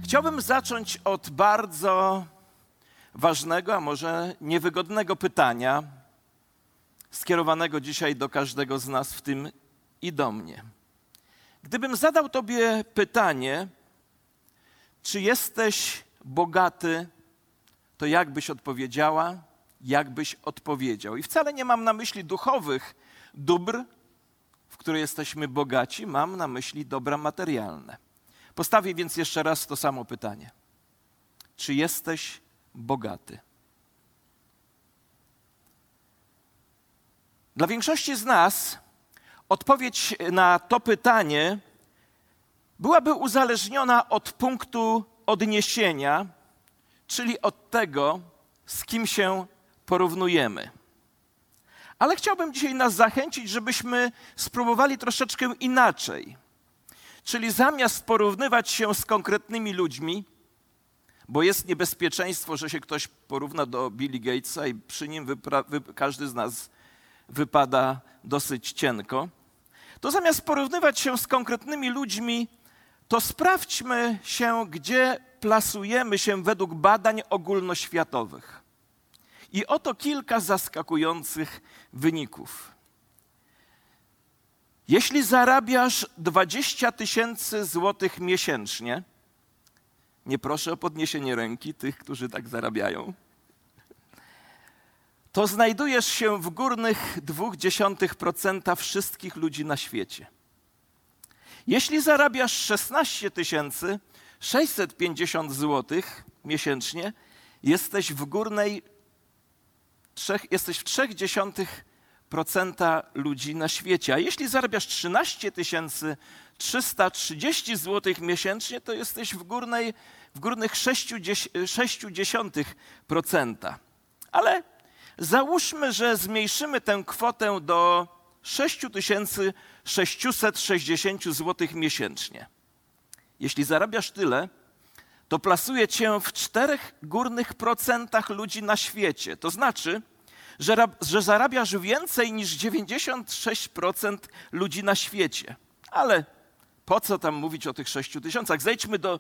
Chciałbym zacząć od bardzo ważnego, a może niewygodnego pytania, skierowanego dzisiaj do każdego z nas, w tym i do mnie. Gdybym zadał Tobie pytanie, czy jesteś bogaty, to jak byś odpowiedziała, jak byś odpowiedział? I wcale nie mam na myśli duchowych dóbr, w które jesteśmy bogaci, mam na myśli dobra materialne. Postawię więc jeszcze raz to samo pytanie. Czy jesteś bogaty? Dla większości z nas odpowiedź na to pytanie byłaby uzależniona od punktu odniesienia, czyli od tego, z kim się porównujemy. Ale chciałbym dzisiaj nas zachęcić, żebyśmy spróbowali troszeczkę inaczej. Czyli zamiast porównywać się z konkretnymi ludźmi, bo jest niebezpieczeństwo, że się ktoś porówna do Billy Gatesa i przy nim każdy z nas wypada dosyć cienko, to zamiast porównywać się z konkretnymi ludźmi, to sprawdźmy się, gdzie plasujemy się według badań ogólnoświatowych. I oto kilka zaskakujących wyników. Jeśli zarabiasz 20 000 złotych miesięcznie, nie proszę o podniesienie ręki tych, którzy tak zarabiają, to znajdujesz się w górnych 0,2% wszystkich ludzi na świecie. Jeśli zarabiasz 16 650 złotych miesięcznie, jesteś w górnej, jesteś w 0,3% ludzi na świecie. A jeśli zarabiasz 13 330 złotych miesięcznie, to jesteś w górnych 0,6%. Ale załóżmy, że zmniejszymy tę kwotę do 6660 złotych miesięcznie. Jeśli zarabiasz tyle, to plasuje cię w 4 górnych procentach ludzi na świecie. To znaczy, że zarabiasz więcej niż 96% ludzi na świecie. Ale po co tam mówić o tych 6 000? Zejdźmy do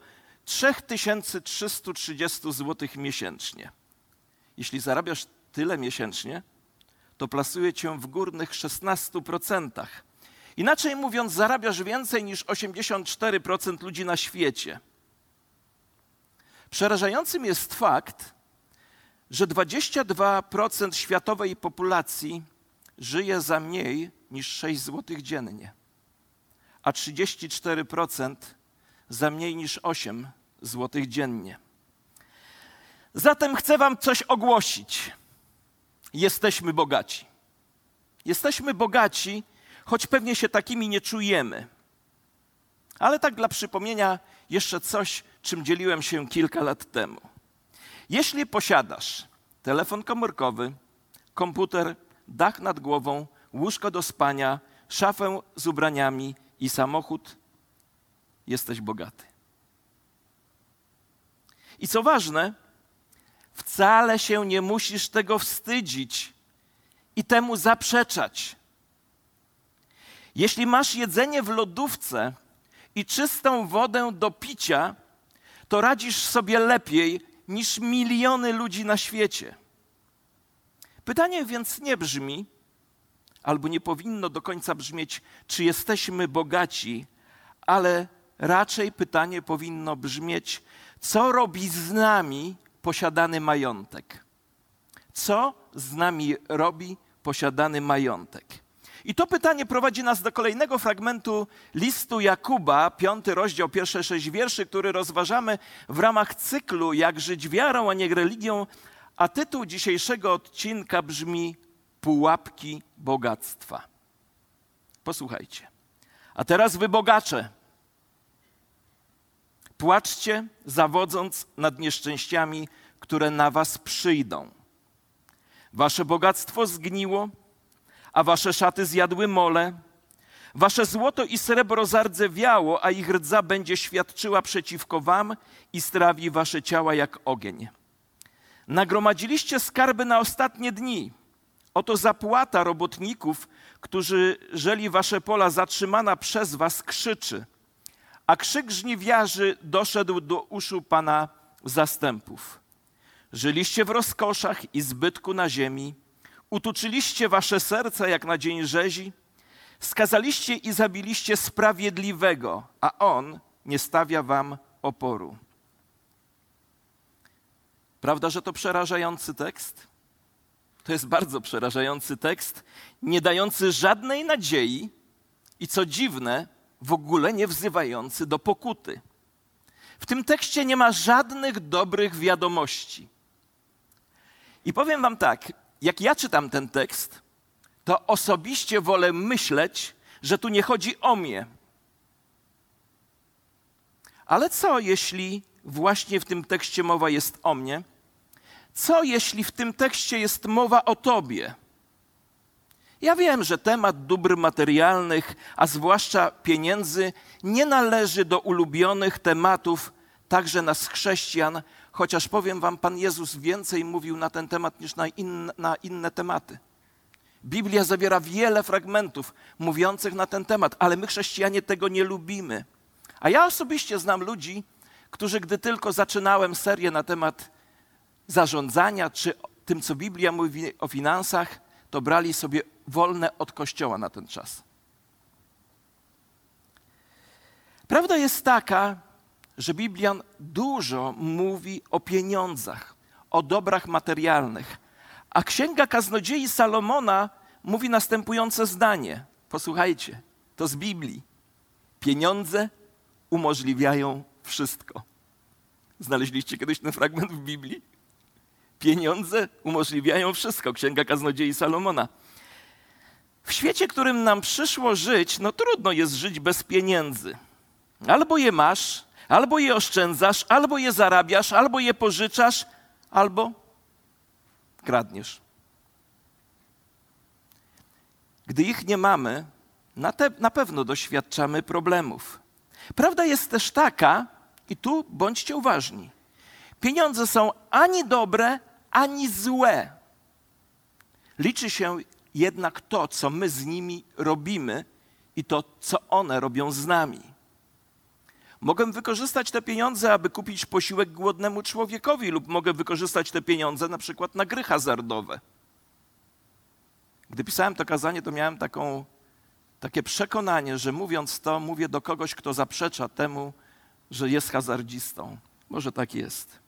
3330 złotych miesięcznie. Jeśli zarabiasz tyle miesięcznie, to plasuje cię w górnych 16%. Inaczej mówiąc, zarabiasz więcej niż 84% ludzi na świecie. Przerażającym jest fakt, że 22% światowej populacji żyje za mniej niż 6 zł dziennie, a 34% za mniej niż 8 zł dziennie. Zatem chcę wam coś ogłosić. Jesteśmy bogaci. Jesteśmy bogaci, choć pewnie się takimi nie czujemy. Ale tak dla przypomnienia jeszcze coś, czym dzieliłem się kilka lat temu. Jeśli posiadasz telefon komórkowy, komputer, dach nad głową, łóżko do spania, szafę z ubraniami i samochód, jesteś bogaty. I co ważne, wcale się nie musisz tego wstydzić i temu zaprzeczać. Jeśli masz jedzenie w lodówce i czystą wodę do picia, to radzisz sobie lepiej niż miliony ludzi na świecie. Pytanie więc nie brzmi, albo nie powinno do końca brzmieć, czy jesteśmy bogaci, ale raczej pytanie powinno brzmieć, co robi z nami posiadany majątek? Co z nami robi posiadany majątek? I to pytanie prowadzi nas do kolejnego fragmentu listu Jakuba, 5 rozdział, pierwsze 6 wierszy, który rozważamy w ramach cyklu Jak żyć wiarą, a nie religią, a tytuł dzisiejszego odcinka brzmi Pułapki bogactwa. Posłuchajcie. A teraz wy bogacze, płaczcie, zawodząc nad nieszczęściami, które na was przyjdą. Wasze bogactwo zgniło, a wasze szaty zjadły mole. Wasze złoto i srebro zardzewiało, a ich rdza będzie świadczyła przeciwko wam i strawi wasze ciała jak ogień. Nagromadziliście skarby na ostatnie dni. Oto zapłata robotników, którzy żeli wasze pola, zatrzymana przez was krzyczy. A krzyk żniwiarzy doszedł do uszu Pana zastępów. Żyliście w rozkoszach i zbytku na ziemi, utuczyliście wasze serca jak na dzień rzezi, skazaliście i zabiliście sprawiedliwego, a on nie stawia wam oporu. Prawda, że to przerażający tekst? To jest bardzo przerażający tekst, nie dający żadnej nadziei i co dziwne, w ogóle nie wzywający do pokuty. W tym tekście nie ma żadnych dobrych wiadomości. I powiem wam tak, jak ja czytam ten tekst, to osobiście wolę myśleć, że tu nie chodzi o mnie. Ale co, jeśli właśnie w tym tekście mowa jest o mnie? Co, jeśli w tym tekście jest mowa o tobie? Ja wiem, że temat dóbr materialnych, a zwłaszcza pieniędzy, nie należy do ulubionych tematów także nas chrześcijan, chociaż powiem wam, Pan Jezus więcej mówił na ten temat niż na inne tematy. Biblia zawiera wiele fragmentów mówiących na ten temat, ale my chrześcijanie tego nie lubimy. A ja osobiście znam ludzi, którzy gdy tylko zaczynałem serię na temat zarządzania, czy tym, co Biblia mówi o finansach, to brali sobie wolne od Kościoła na ten czas. Prawda jest taka, że Biblia dużo mówi o pieniądzach, o dobrach materialnych, a Księga Kaznodziei Salomona mówi następujące zdanie. Posłuchajcie, to z Biblii. Pieniądze umożliwiają wszystko. Znaleźliście kiedyś ten fragment w Biblii? Pieniądze umożliwiają wszystko. Księga Kaznodziei Salomona. W świecie, którym nam przyszło żyć, no trudno jest żyć bez pieniędzy. Albo je masz, albo je oszczędzasz, albo je zarabiasz, albo je pożyczasz, albo kradniesz. Gdy ich nie mamy, na pewno doświadczamy problemów. Prawda jest też taka, i tu bądźcie uważni, pieniądze są ani dobre, ani złe. Liczy się jednak to, co my z nimi robimy i to, co one robią z nami. Mogę wykorzystać te pieniądze, aby kupić posiłek głodnemu człowiekowi lub mogę wykorzystać te pieniądze na przykład na gry hazardowe. Gdy pisałem to kazanie, to miałem takie przekonanie, że mówiąc to, mówię do kogoś, kto zaprzecza temu, że jest hazardzistą. Może tak jest.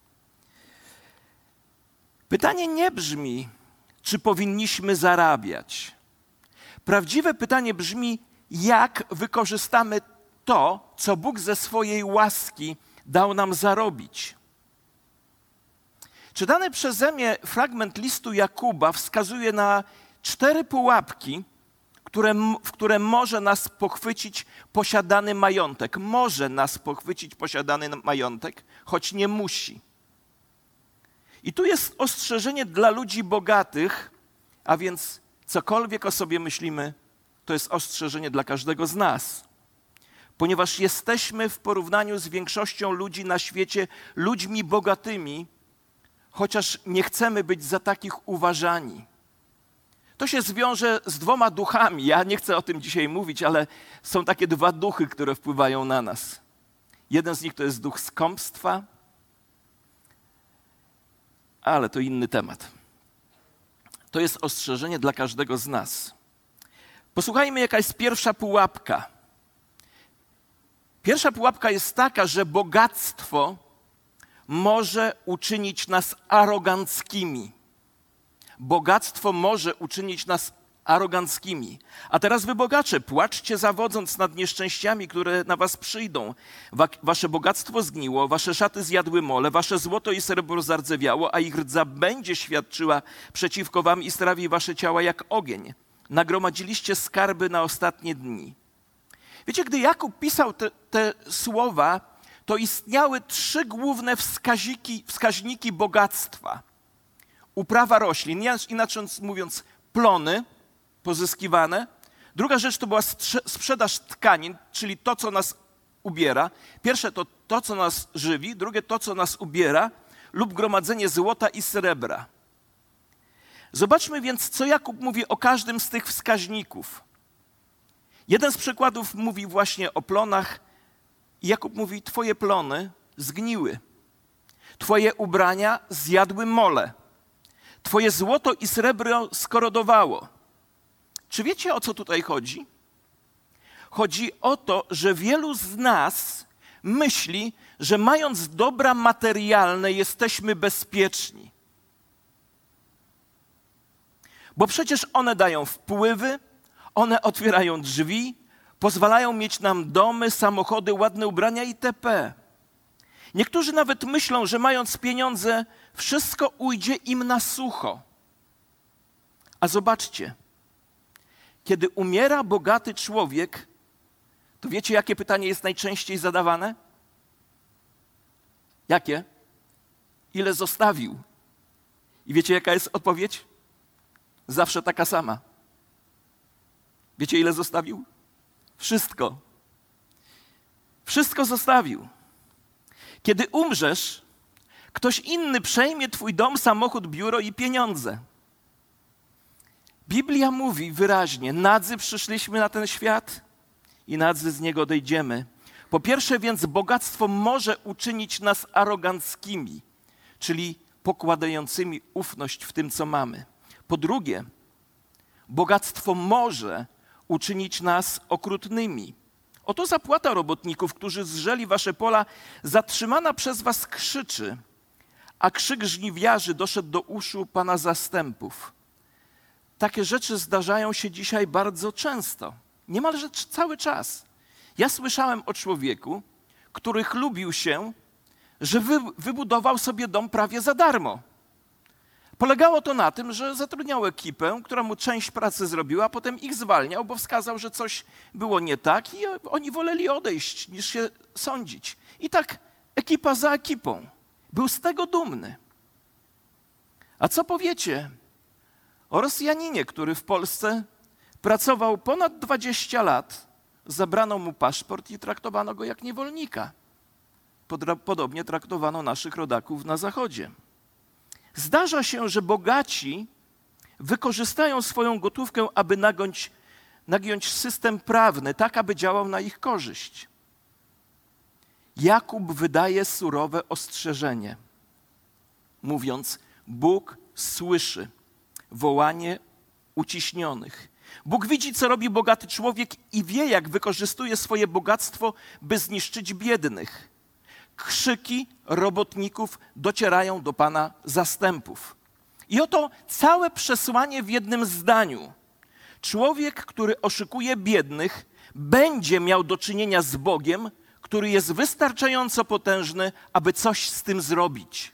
Pytanie nie brzmi, czy powinniśmy zarabiać. Prawdziwe pytanie brzmi, jak wykorzystamy to, co Bóg ze swojej łaski dał nam zarobić. Czytany przeze mnie fragment listu Jakuba wskazuje na 4 pułapki, w które może nas pochwycić posiadany majątek. Może nas pochwycić posiadany majątek, choć nie musi. I tu jest ostrzeżenie dla ludzi bogatych, a więc cokolwiek o sobie myślimy, to jest ostrzeżenie dla każdego z nas. Ponieważ jesteśmy w porównaniu z większością ludzi na świecie ludźmi bogatymi, chociaż nie chcemy być za takich uważani. To się zwiąże z 2 duchami. Ja nie chcę o tym dzisiaj mówić, ale są takie 2 duchy, które wpływają na nas. Jeden z nich to jest duch skąpstwa, ale to inny temat. To jest ostrzeżenie dla każdego z nas. Posłuchajmy, jaka jest pierwsza pułapka. Pierwsza pułapka jest taka, że bogactwo może uczynić nas aroganckimi. Bogactwo może uczynić nas aroganckimi. A teraz wy bogacze, płaczcie zawodząc nad nieszczęściami, które na was przyjdą. Wasze bogactwo zgniło, wasze szaty zjadły mole, wasze złoto i srebro zardzewiało, a ich rdza będzie świadczyła przeciwko wam i strawi wasze ciała jak ogień. Nagromadziliście skarby na ostatnie dni. Wiecie, gdy Jakub pisał te słowa, to istniały 3 główne wskaźniki bogactwa. Uprawa roślin, inaczej mówiąc plony pozyskiwane. Druga rzecz to była sprzedaż tkanin, czyli to, co nas ubiera. Pierwsze to, co nas żywi, drugie to, co nas ubiera lub gromadzenie złota i srebra. Zobaczmy więc, co Jakub mówi o każdym z tych wskaźników. Jeden z przykładów mówi właśnie o plonach, I Jakub mówi, twoje plony zgniły. Twoje ubrania zjadły mole. Twoje złoto i srebro skorodowało. Czy wiecie, o co tutaj chodzi? Chodzi o to, że wielu z nas myśli, że mając dobra materialne jesteśmy bezpieczni. Bo przecież one dają wpływy, one otwierają drzwi, pozwalają mieć nam domy, samochody, ładne ubrania itp. Niektórzy nawet myślą, że mając pieniądze, wszystko ujdzie im na sucho. A zobaczcie, kiedy umiera bogaty człowiek, to wiecie, jakie pytanie jest najczęściej zadawane? Jakie? Ile zostawił? I wiecie, jaka jest odpowiedź? Zawsze taka sama. Wiecie, ile zostawił? Wszystko. Wszystko zostawił. Kiedy umrzesz, ktoś inny przejmie twój dom, samochód, biuro i pieniądze. Biblia mówi wyraźnie, nadzy przyszliśmy na ten świat i nadzy z niego odejdziemy. Po pierwsze więc bogactwo może uczynić nas aroganckimi, czyli pokładającymi ufność w tym, co mamy. Po drugie, bogactwo może uczynić nas okrutnymi. Oto zapłata robotników, którzy zrzeli wasze pola, zatrzymana przez was krzyczy, a krzyk żniwiarzy doszedł do uszu Pana zastępów. Takie rzeczy zdarzają się dzisiaj bardzo często, niemalże cały czas. Ja słyszałem o człowieku, który chlubił się, że wybudował sobie dom prawie za darmo. Polegało to na tym, że zatrudniał ekipę, która mu część pracy zrobiła, a potem ich zwalniał, bo wskazał, że coś było nie tak i oni woleli odejść, niż się sądzić. I tak ekipa za ekipą. Był z tego dumny. A co powiecie o Rosjaninie, który w Polsce pracował ponad 20 lat, zabrano mu paszport i traktowano go jak niewolnika. Podobnie traktowano naszych rodaków na Zachodzie. Zdarza się, że bogaci wykorzystają swoją gotówkę, aby nagiąć system prawny, tak aby działał na ich korzyść. Jakub wydaje surowe ostrzeżenie, mówiąc, Bóg słyszy wołanie uciśnionych. Bóg widzi, co robi bogaty człowiek i wie, jak wykorzystuje swoje bogactwo, by zniszczyć biednych. Krzyki robotników docierają do Pana zastępów. I oto całe przesłanie w jednym zdaniu. Człowiek, który oszukuje biednych, będzie miał do czynienia z Bogiem, który jest wystarczająco potężny, aby coś z tym zrobić.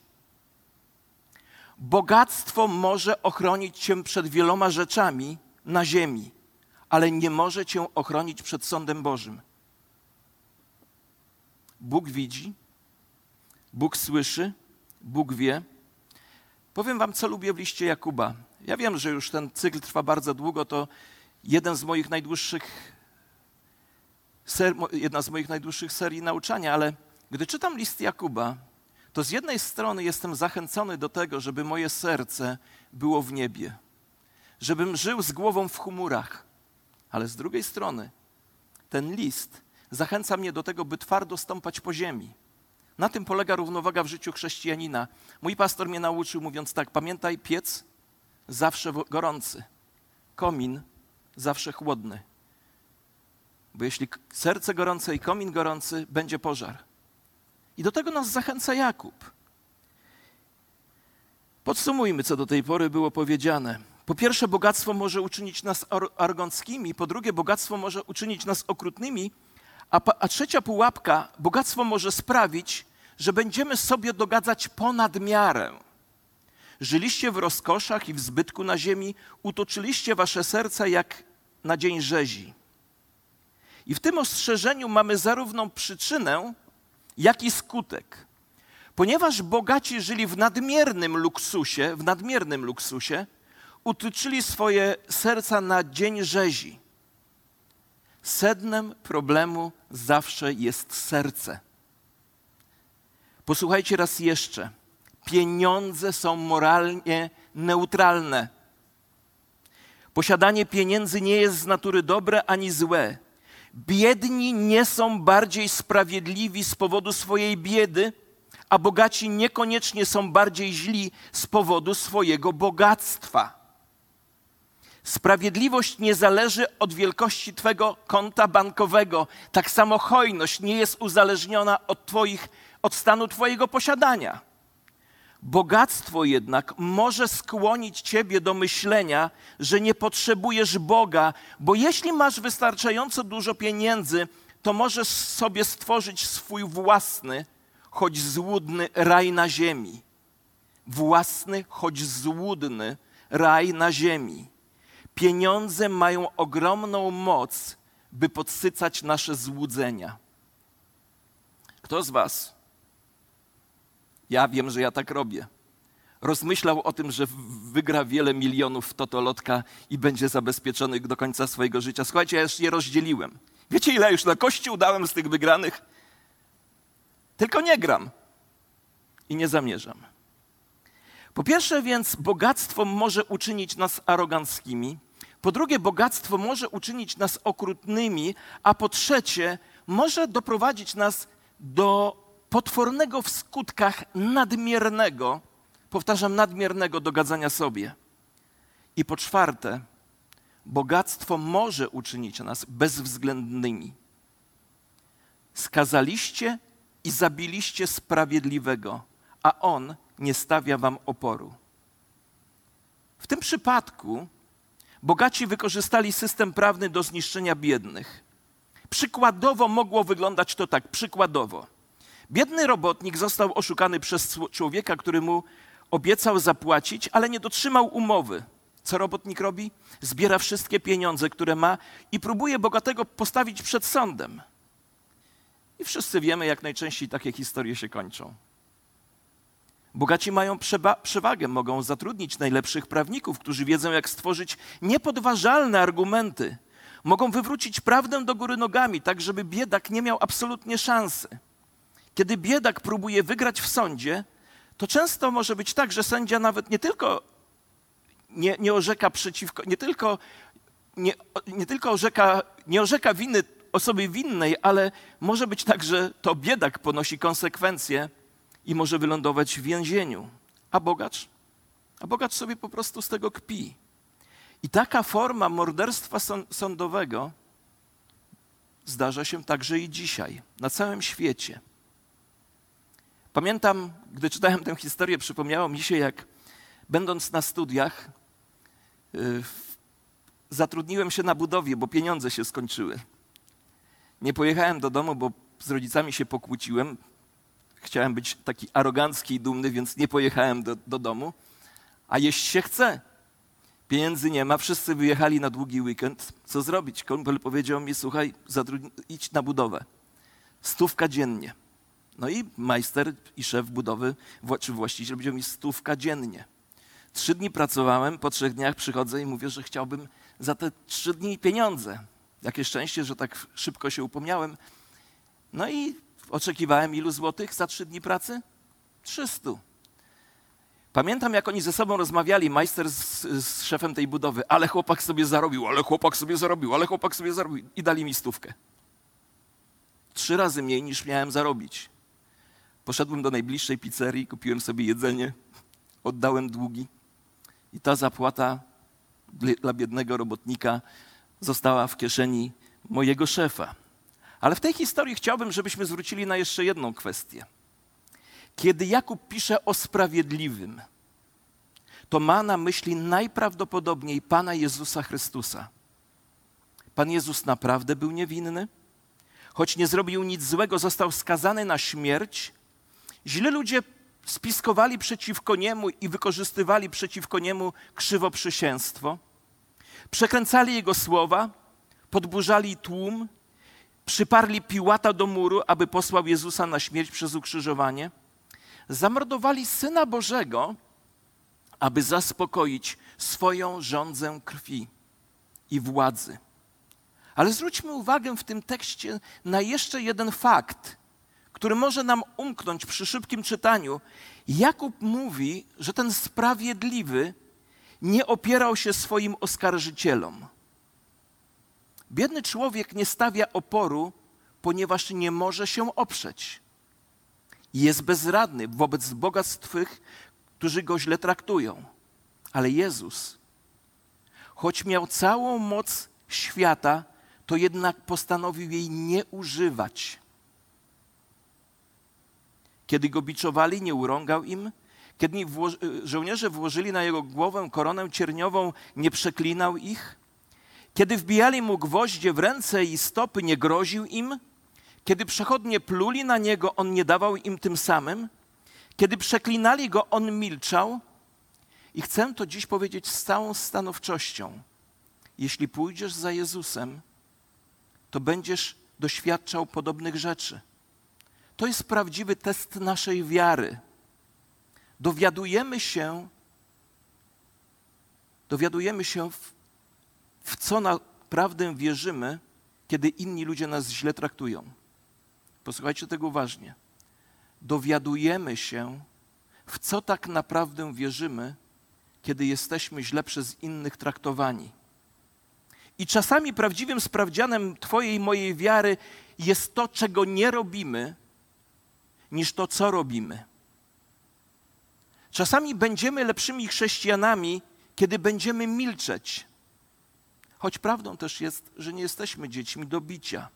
Bogactwo może ochronić cię przed wieloma rzeczami na ziemi, ale nie może cię ochronić przed sądem Bożym. Bóg widzi, Bóg słyszy, Bóg wie. Powiem wam, co lubię w liście Jakuba. Ja wiem, że już ten cykl trwa bardzo długo, to jedna z moich najdłuższych serii nauczania, ale gdy czytam list Jakuba, to z jednej strony jestem zachęcony do tego, żeby moje serce było w niebie, żebym żył z głową w chmurach, ale z drugiej strony ten list zachęca mnie do tego, by twardo stąpać po ziemi. Na tym polega równowaga w życiu chrześcijanina. Mój pastor mnie nauczył, mówiąc tak, pamiętaj, piec zawsze gorący, komin zawsze chłodny. Bo jeśli serce gorące i komin gorący, będzie pożar. I do tego nas zachęca Jakub. Podsumujmy, co do tej pory było powiedziane. Po pierwsze, bogactwo może uczynić nas aroganckimi, po drugie, bogactwo może uczynić nas okrutnymi, a trzecia pułapka, bogactwo może sprawić, że będziemy sobie dogadzać ponad miarę. Żyliście w rozkoszach i w zbytku na ziemi, utoczyliście wasze serca jak na dzień rzezi. I w tym ostrzeżeniu mamy zarówno przyczynę, jak i skutek. Ponieważ bogaci żyli w nadmiernym luksusie, utyczyli swoje serca na dzień rzezi. Sednem problemu zawsze jest serce. Posłuchajcie raz jeszcze. Pieniądze są moralnie neutralne. Posiadanie pieniędzy nie jest z natury dobre ani złe. Biedni nie są bardziej sprawiedliwi z powodu swojej biedy, a bogaci niekoniecznie są bardziej źli z powodu swojego bogactwa. Sprawiedliwość nie zależy od wielkości twego konta bankowego. Tak samo hojność nie jest uzależniona od stanu twojego posiadania. Bogactwo jednak może skłonić ciebie do myślenia, że nie potrzebujesz Boga, bo jeśli masz wystarczająco dużo pieniędzy, to możesz sobie stworzyć swój własny, choć złudny raj na ziemi. Własny, choć złudny raj na ziemi. Pieniądze mają ogromną moc, by podsycać nasze złudzenia. Kto z was, ja wiem, że ja tak robię, rozmyślał o tym, że wygra wiele milionów w totolotka i będzie zabezpieczony do końca swojego życia? Słuchajcie, ja już je rozdzieliłem. Wiecie, ile już na kościół dałem z tych wygranych? Tylko nie gram i nie zamierzam. Po pierwsze więc, bogactwo może uczynić nas aroganckimi. Po drugie, bogactwo może uczynić nas okrutnymi. A po trzecie, może doprowadzić nas do potwornego w skutkach nadmiernego, powtarzam, nadmiernego dogadzania sobie. I po czwarte, bogactwo może uczynić nas bezwzględnymi. Skazaliście i zabiliście sprawiedliwego, a on nie stawia wam oporu. W tym przypadku bogaci wykorzystali system prawny do zniszczenia biednych. Przykładowo mogło wyglądać to tak, przykładowo. Biedny robotnik został oszukany przez człowieka, który mu obiecał zapłacić, ale nie dotrzymał umowy. Co robotnik robi? Zbiera wszystkie pieniądze, które ma i próbuje bogatego postawić przed sądem. I wszyscy wiemy, jak najczęściej takie historie się kończą. Bogaci mają przewagę, mogą zatrudnić najlepszych prawników, którzy wiedzą, jak stworzyć niepodważalne argumenty. Mogą wywrócić prawdę do góry nogami, tak żeby biedak nie miał absolutnie szansy. Kiedy biedak próbuje wygrać w sądzie, to często może być tak, że sędzia nawet nie tylko nie orzeka przeciwko, nie orzeka winy osoby winnej, ale może być tak, że to biedak ponosi konsekwencje i może wylądować w więzieniu. A bogacz sobie po prostu z tego kpi. I taka forma morderstwa sądowego zdarza się także i dzisiaj, na całym świecie. Pamiętam, gdy czytałem tę historię, przypomniało mi się, jak będąc na studiach, zatrudniłem się na budowie, bo pieniądze się skończyły. Nie pojechałem do domu, bo z rodzicami się pokłóciłem. Chciałem być taki arogancki i dumny, więc nie pojechałem do domu. A jeść się chce. Pieniędzy nie ma, wszyscy wyjechali na długi weekend. Co zrobić? Kumpel powiedział mi, słuchaj, idź na budowę. 100 dziennie. No i majster i szef budowy, czy właściciel powiedział mi 100 dziennie. 3 dni pracowałem, po 3 dniach przychodzę i mówię, że chciałbym za te 3 dni pieniądze. Jakie szczęście, że tak szybko się upomniałem. No i oczekiwałem ilu złotych za 3 dni pracy? 300. Pamiętam, jak oni ze sobą rozmawiali, majster z szefem tej budowy. Ale chłopak sobie zarobił, ale chłopak sobie zarobił, ale chłopak sobie zarobił. I dali mi 100. 3 razy mniej niż miałem zarobić. Poszedłem do najbliższej pizzerii, kupiłem sobie jedzenie, oddałem długi. I ta zapłata dla biednego robotnika została w kieszeni mojego szefa. Ale w tej historii chciałbym, żebyśmy zwrócili na jeszcze jedną kwestię. Kiedy Jakub pisze o sprawiedliwym, to ma na myśli najprawdopodobniej Pana Jezusa Chrystusa. Pan Jezus naprawdę był niewinny? Choć nie zrobił nic złego, został skazany na śmierć. Źli ludzie spiskowali przeciwko Niemu i wykorzystywali przeciwko Niemu krzywoprzysięstwo. Przekręcali Jego słowa, podburzali tłum, przyparli Piłata do muru, aby posłał Jezusa na śmierć przez ukrzyżowanie. Zamordowali Syna Bożego, aby zaspokoić swoją żądzę krwi i władzy. Ale zwróćmy uwagę w tym tekście na jeszcze jeden fakt, który może nam umknąć przy szybkim czytaniu. Jakub mówi, że ten sprawiedliwy nie opierał się swoim oskarżycielom. Biedny człowiek nie stawia oporu, ponieważ nie może się oprzeć. Jest bezradny wobec bogactw tych, którzy go źle traktują. Ale Jezus, choć miał całą moc świata, to jednak postanowił jej nie używać. Kiedy go biczowali, nie urągał im. Kiedy żołnierze włożyli na jego głowę koronę cierniową, nie przeklinał ich. Kiedy wbijali mu gwoździe w ręce i stopy, nie groził im. Kiedy przechodnie pluli na niego, on nie dawał im tym samym. Kiedy przeklinali go, on milczał. I chcę to dziś powiedzieć z całą stanowczością. Jeśli pójdziesz za Jezusem, to będziesz doświadczał podobnych rzeczy. To jest prawdziwy test naszej wiary. Dowiadujemy się, w co naprawdę wierzymy, kiedy inni ludzie nas źle traktują. Posłuchajcie tego uważnie. Dowiadujemy się, w co tak naprawdę wierzymy, kiedy jesteśmy źle przez innych traktowani. I czasami prawdziwym sprawdzianem Twojej i mojej wiary jest to, czego nie robimy, niż to, co robimy. Czasami będziemy lepszymi chrześcijanami, kiedy będziemy milczeć. Choć prawdą też jest, że nie jesteśmy dziećmi do bicia.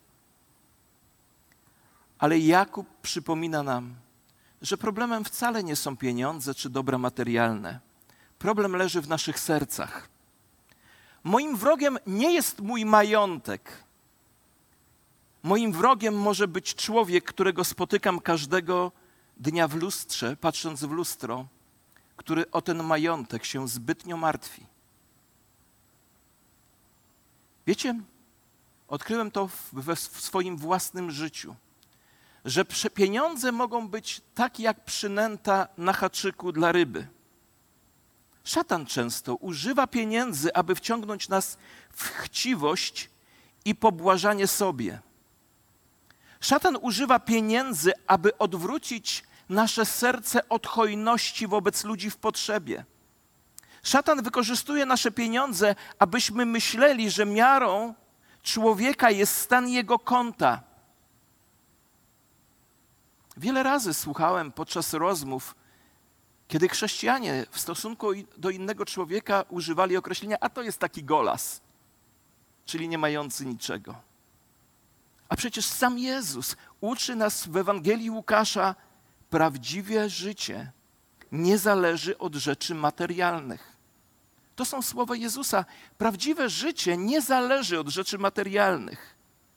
Ale Jakub przypomina nam, że problemem wcale nie są pieniądze czy dobra materialne. Problem leży w naszych sercach. Moim wrogiem nie jest mój majątek. Moim wrogiem może być człowiek, którego spotykam każdego dnia w lustrze, patrząc w lustro, który o ten majątek się zbytnio martwi. Wiecie, odkryłem to w swoim własnym życiu, że pieniądze mogą być tak jak przynęta na haczyku dla ryby. Szatan często używa pieniędzy, aby wciągnąć nas w chciwość i pobłażanie sobie. Szatan używa pieniędzy, aby odwrócić nasze serce od hojności wobec ludzi w potrzebie. Szatan wykorzystuje nasze pieniądze, abyśmy myśleli, że miarą człowieka jest stan jego konta. Wiele razy słuchałem podczas rozmów, kiedy chrześcijanie w stosunku do innego człowieka używali określenia, a to jest taki golas, czyli nie mający niczego. A przecież sam Jezus uczy nas w Ewangelii Łukasza, prawdziwe życie nie zależy od rzeczy materialnych. To są słowa Jezusa. Prawdziwe życie nie zależy od rzeczy materialnych.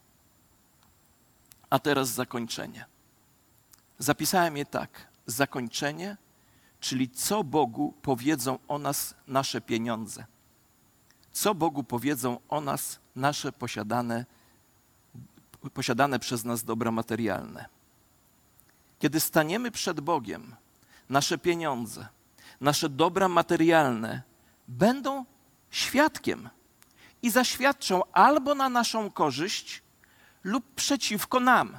A teraz zakończenie. Zapisałem je tak. Zakończenie, czyli co Bogu powiedzą o nas nasze pieniądze. Co Bogu powiedzą o nas nasze posiadane przez nas dobra materialne. Kiedy staniemy przed Bogiem, nasze pieniądze, nasze dobra materialne będą świadkiem i zaświadczą albo na naszą korzyść lub przeciwko nam.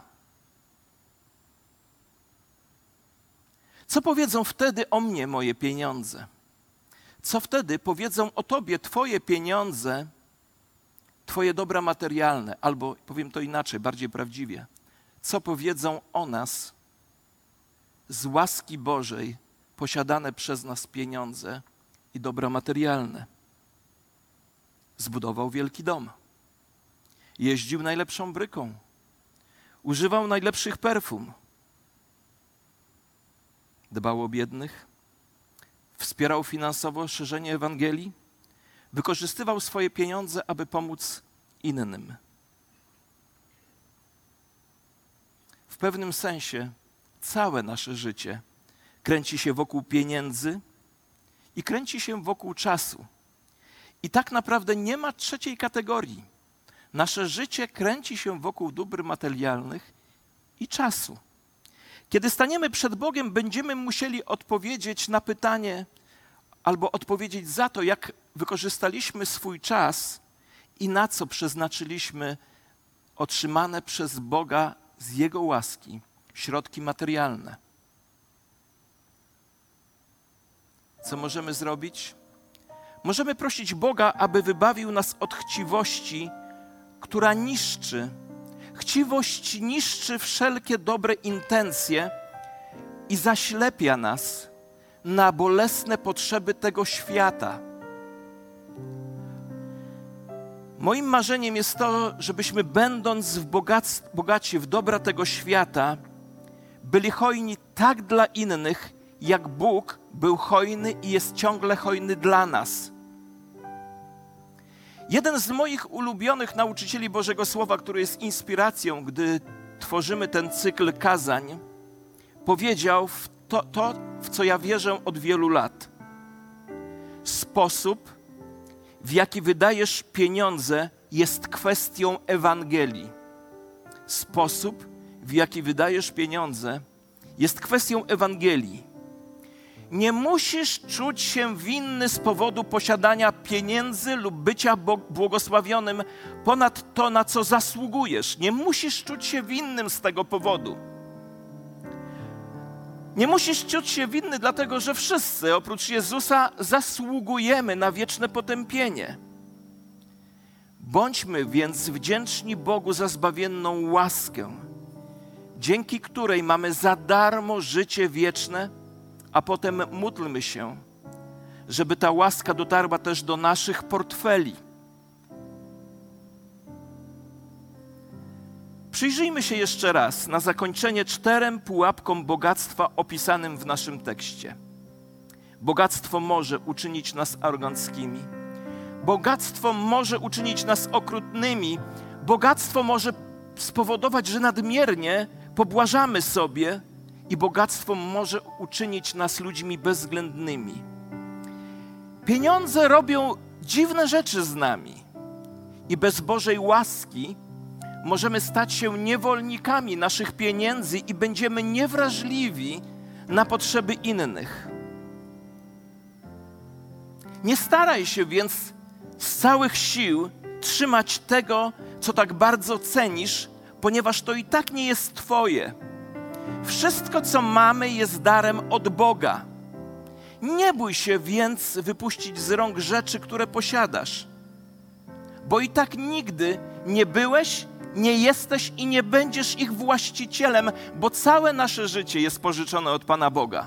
Co powiedzą wtedy o mnie moje pieniądze? Co wtedy powiedzą o Tobie Twoje pieniądze, Twoje dobra materialne? Albo powiem to inaczej, bardziej prawdziwie. Co powiedzą o nas z łaski Bożej posiadane przez nas pieniądze i dobra materialne? Zbudował wielki dom. Jeździł najlepszą bryką. Używał najlepszych perfum. Dbał o biednych. Wspierał finansowo szerzenie Ewangelii. Wykorzystywał swoje pieniądze, aby pomóc innym. W pewnym sensie całe nasze życie kręci się wokół pieniędzy i kręci się wokół czasu. I tak naprawdę nie ma trzeciej kategorii. Nasze życie kręci się wokół dóbr materialnych i czasu. Kiedy staniemy przed Bogiem, będziemy musieli odpowiedzieć na pytanie albo odpowiedzieć za to, jak wykorzystaliśmy swój czas i na co przeznaczyliśmy otrzymane przez Boga z Jego łaski środki materialne. Co możemy zrobić? Możemy prosić Boga, aby wybawił nas od chciwości, która niszczy. Chciwość niszczy wszelkie dobre intencje i zaślepia nas na bolesne potrzeby tego świata. Moim marzeniem jest to, żebyśmy będąc bogaci w dobra tego świata, byli hojni tak dla innych, jak Bóg był hojny i jest ciągle hojny dla nas. Jeden z moich ulubionych nauczycieli Bożego Słowa, który jest inspiracją, gdy tworzymy ten cykl kazań, powiedział to, w co ja wierzę od wielu lat. Sposób, w jaki wydajesz pieniądze, jest kwestią Ewangelii. Sposób, w jaki wydajesz pieniądze, jest kwestią Ewangelii. Nie musisz czuć się winny z powodu posiadania pieniędzy lub bycia błogosławionym ponad to, na co zasługujesz. Nie musisz czuć się winnym z tego powodu. Nie musisz czuć się winny, dlatego że wszyscy, oprócz Jezusa, zasługujemy na wieczne potępienie. Bądźmy więc wdzięczni Bogu za zbawienną łaskę, dzięki której mamy za darmo życie wieczne, a potem módlmy się, żeby ta łaska dotarła też do naszych portfeli. Przyjrzyjmy się jeszcze raz na zakończenie 4 pułapkom bogactwa opisanym w naszym tekście. Bogactwo może uczynić nas aroganckimi. Bogactwo może uczynić nas okrutnymi. Bogactwo może spowodować, że nadmiernie pobłażamy sobie i bogactwo może uczynić nas ludźmi bezwzględnymi. Pieniądze robią dziwne rzeczy z nami i bez Bożej łaski możemy stać się niewolnikami naszych pieniędzy i będziemy niewrażliwi na potrzeby innych. Nie staraj się więc z całych sił trzymać tego, co tak bardzo cenisz, ponieważ to i tak nie jest Twoje. Wszystko, co mamy, jest darem od Boga. Nie bój się więc wypuścić z rąk rzeczy, które posiadasz, bo i tak nigdy nie byłeś, nie jesteś i nie będziesz ich właścicielem, bo całe nasze życie jest pożyczone od Pana Boga.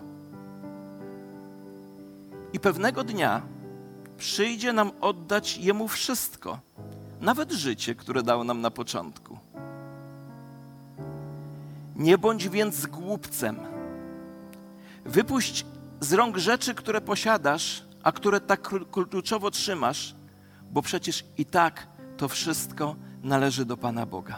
I pewnego dnia przyjdzie nam oddać Jemu wszystko, nawet życie, które dał nam na początku. Nie bądź więc głupcem. Wypuść z rąk rzeczy, które posiadasz, a które tak kluczowo trzymasz, bo przecież i tak to wszystko należy do Pana Boga.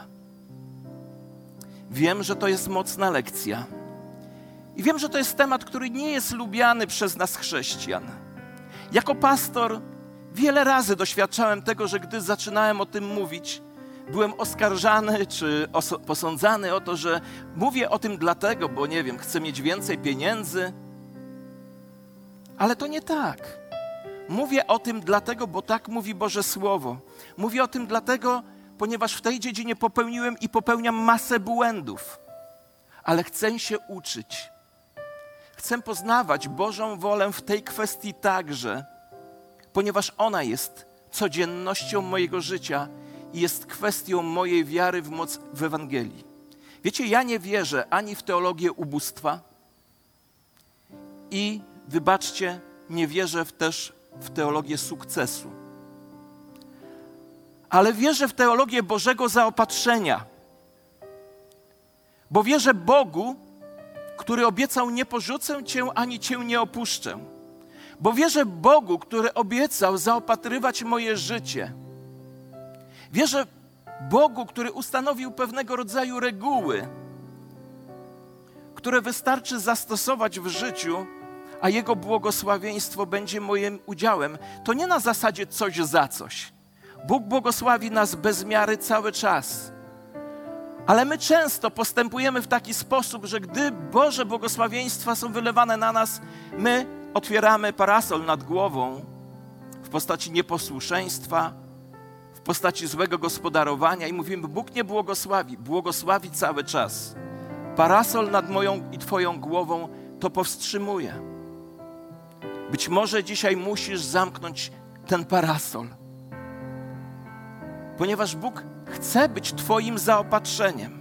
Wiem, że to jest mocna lekcja. I wiem, że to jest temat, który nie jest lubiany przez nas chrześcijan. Jako pastor wiele razy doświadczałem tego, że gdy zaczynałem o tym mówić, byłem oskarżany czy posądzany o to, że mówię o tym dlatego, bo nie wiem, chcę mieć więcej pieniędzy. Ale to nie tak. Mówię o tym dlatego, bo tak mówi Boże Słowo. Mówię o tym dlatego, ponieważ w tej dziedzinie popełniłem i popełniam masę błędów. Ale chcę się uczyć. Chcę poznawać Bożą wolę w tej kwestii także, ponieważ ona jest codziennością mojego życia i jest kwestią mojej wiary w moc w Ewangelii. Wiecie, ja nie wierzę ani w teologię ubóstwa i, wybaczcie, nie wierzę też w teologię sukcesu. Ale wierzę w teologię Bożego zaopatrzenia, bo wierzę Bogu, który obiecał: nie porzucę Cię, ani Cię nie opuszczę. Bo wierzę Bogu, który obiecał zaopatrywać moje życie. Wierzę Bogu, który ustanowił pewnego rodzaju reguły, które wystarczy zastosować w życiu, a Jego błogosławieństwo będzie moim udziałem. To nie na zasadzie coś za coś. Bóg błogosławi nas bez miary cały czas. Ale my często postępujemy w taki sposób, że gdy Boże błogosławieństwa są wylewane na nas, my otwieramy parasol nad głową w postaci nieposłuszeństwa, w postaci złego gospodarowania i mówimy: Bóg nie błogosławi, błogosławi cały czas. Parasol nad moją i Twoją głową to powstrzymuje. Być może dzisiaj musisz zamknąć ten parasol ponieważ Bóg chce być Twoim zaopatrzeniem.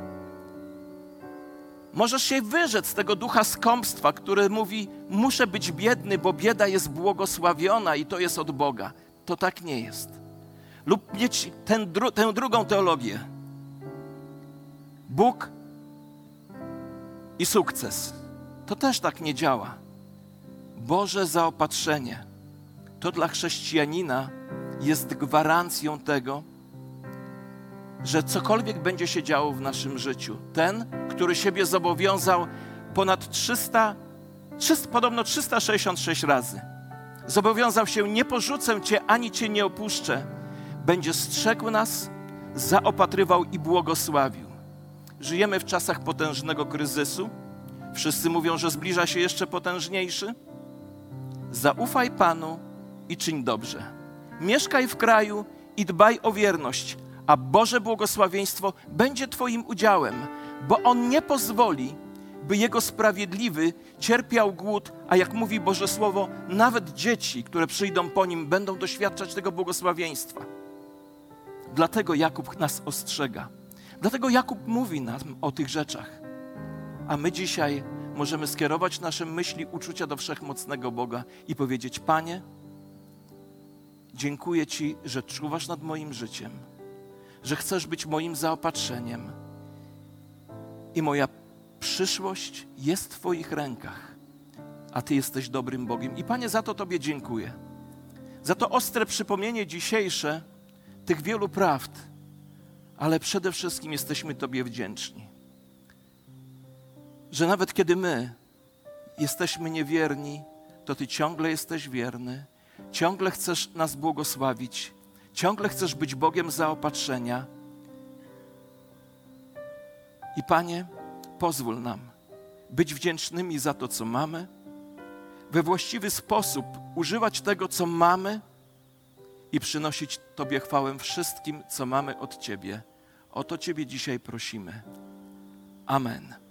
Możesz się wyrzec z tego ducha skąpstwa, który mówi, muszę być biedny, bo bieda jest błogosławiona i to jest od Boga. To tak nie jest. Lub mieć tę drugą teologię. Bóg i sukces. To też tak nie działa. Boże zaopatrzenie to dla chrześcijanina jest gwarancją tego, że cokolwiek będzie się działo w naszym życiu, ten, który siebie zobowiązał ponad 366 razy, zobowiązał się, nie porzucę Cię, ani Cię nie opuszczę, będzie strzegł nas, zaopatrywał i błogosławił. Żyjemy w czasach potężnego kryzysu. Wszyscy mówią, że zbliża się jeszcze potężniejszy. Zaufaj Panu i czyń dobrze. Mieszkaj w kraju i dbaj o wierność, a Boże błogosławieństwo będzie Twoim udziałem, bo On nie pozwoli, by Jego sprawiedliwy cierpiał głód, a jak mówi Boże Słowo, nawet dzieci, które przyjdą po Nim, będą doświadczać tego błogosławieństwa. Dlatego Jakub nas ostrzega. Dlatego Jakub mówi nam o tych rzeczach. A my dzisiaj możemy skierować nasze myśli, uczucia do Wszechmocnego Boga i powiedzieć: Panie, dziękuję Ci, że czuwasz nad moim życiem, że chcesz być moim zaopatrzeniem i moja przyszłość jest w Twoich rękach, a Ty jesteś dobrym Bogiem. I Panie, za to Tobie dziękuję. Za to ostre przypomnienie dzisiejsze tych wielu prawd, ale przede wszystkim jesteśmy Tobie wdzięczni, że nawet kiedy my jesteśmy niewierni, to Ty ciągle jesteś wierny, ciągle chcesz nas błogosławić, ciągle chcesz być Bogiem zaopatrzenia. I Panie, pozwól nam być wdzięcznymi za to, co mamy, we właściwy sposób używać tego, co mamy i przynosić Tobie chwałę wszystkim, co mamy od Ciebie. O to Ciebie dzisiaj prosimy. Amen.